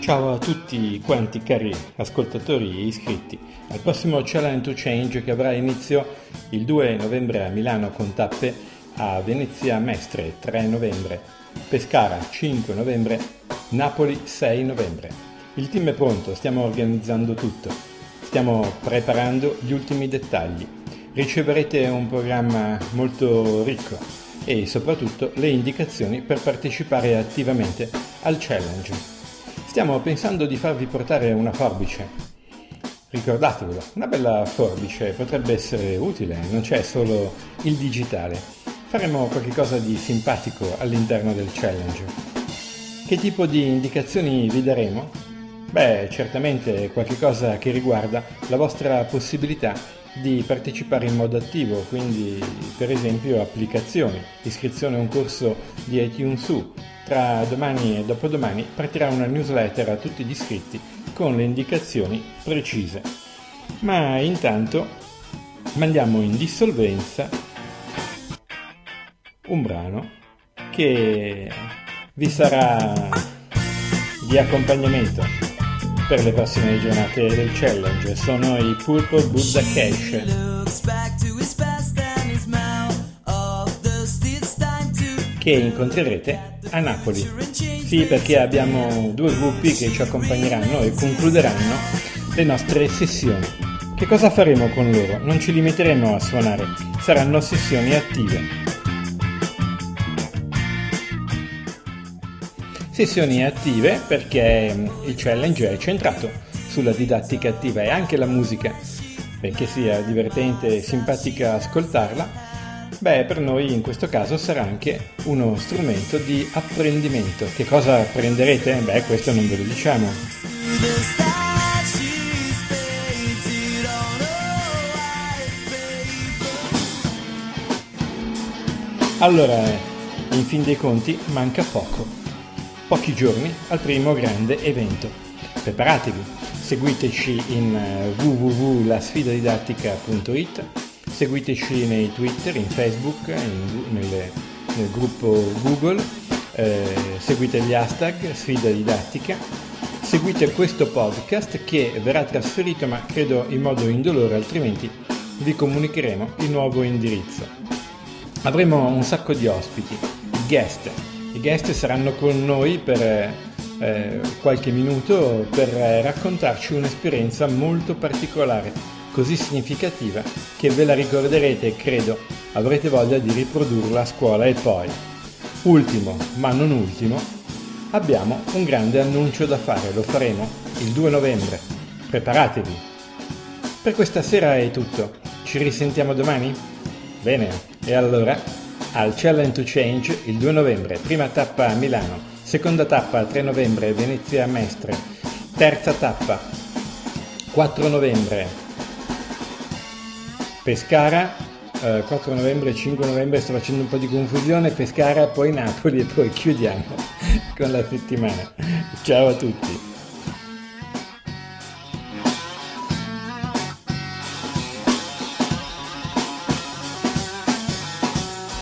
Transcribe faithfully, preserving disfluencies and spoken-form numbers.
Ciao a tutti quanti cari ascoltatori e iscritti al prossimo Challenge to Change che avrà inizio il due novembre a Milano con tappe a Venezia Mestre tre novembre, Pescara cinque novembre, Napoli sei novembre. Il team è pronto, stiamo organizzando tutto, stiamo preparando gli ultimi dettagli. Riceverete un programma molto ricco e soprattutto le indicazioni per partecipare attivamente al challenge. Stiamo pensando di farvi portare una forbice. Ricordatevelo, una bella forbice potrebbe essere utile, non c'è solo il digitale. Faremo qualcosa di simpatico all'interno del challenge. Che tipo di indicazioni vi daremo? Beh, certamente qualcosa che riguarda la vostra possibilità di partecipare in modo attivo, quindi per esempio applicazioni, iscrizione a un corso di iTunes U. Tra domani e dopodomani partirà una newsletter a tutti gli iscritti con le indicazioni precise. Ma intanto mandiamo in dissolvenza un brano che vi sarà di accompagnamento per le prossime giornate del challenge. Sono i Purple Buddha Cash, che incontrerete a Napoli. Sì, perché abbiamo due gruppi che ci accompagneranno e concluderanno le nostre sessioni. Che cosa faremo con loro? Non ci limiteremo a suonare, saranno sessioni attive. Sessioni attive perché il challenge è centrato sulla didattica attiva e anche la musica, benché sia divertente e simpatica ascoltarla, beh, per noi in questo caso sarà anche uno strumento di apprendimento. Che cosa apprenderete? Beh, questo non ve lo diciamo. Allora, in fin dei conti, manca poco. Pochi giorni al primo grande evento. Preparatevi, seguiteci in w w w punto la sfida didattica punto i t, seguiteci nei Twitter, in Facebook, in, nelle, nel gruppo Google, eh, seguite gli hashtag sfida didattica, seguite questo podcast che verrà trasferito, ma credo in modo indolore, altrimenti vi comunicheremo il nuovo indirizzo. Avremo un sacco di ospiti, guest. I guest saranno con noi per eh, qualche minuto per raccontarci un'esperienza molto particolare, così significativa che ve la ricorderete e credo avrete voglia di riprodurla a scuola. E poi, ultimo ma non ultimo, abbiamo un grande annuncio da fare, lo faremo il due novembre. Preparatevi! Per questa sera è tutto, ci risentiamo domani? Bene, e allora al Challenge to Change il due novembre, prima tappa a Milano, seconda tappa tre novembre Venezia Mestre, terza tappa quattro novembre Pescara, eh, quattro novembre, cinque novembre, sto facendo un po' di confusione, Pescara, poi Napoli e poi chiudiamo con la settimana. Ciao a tutti!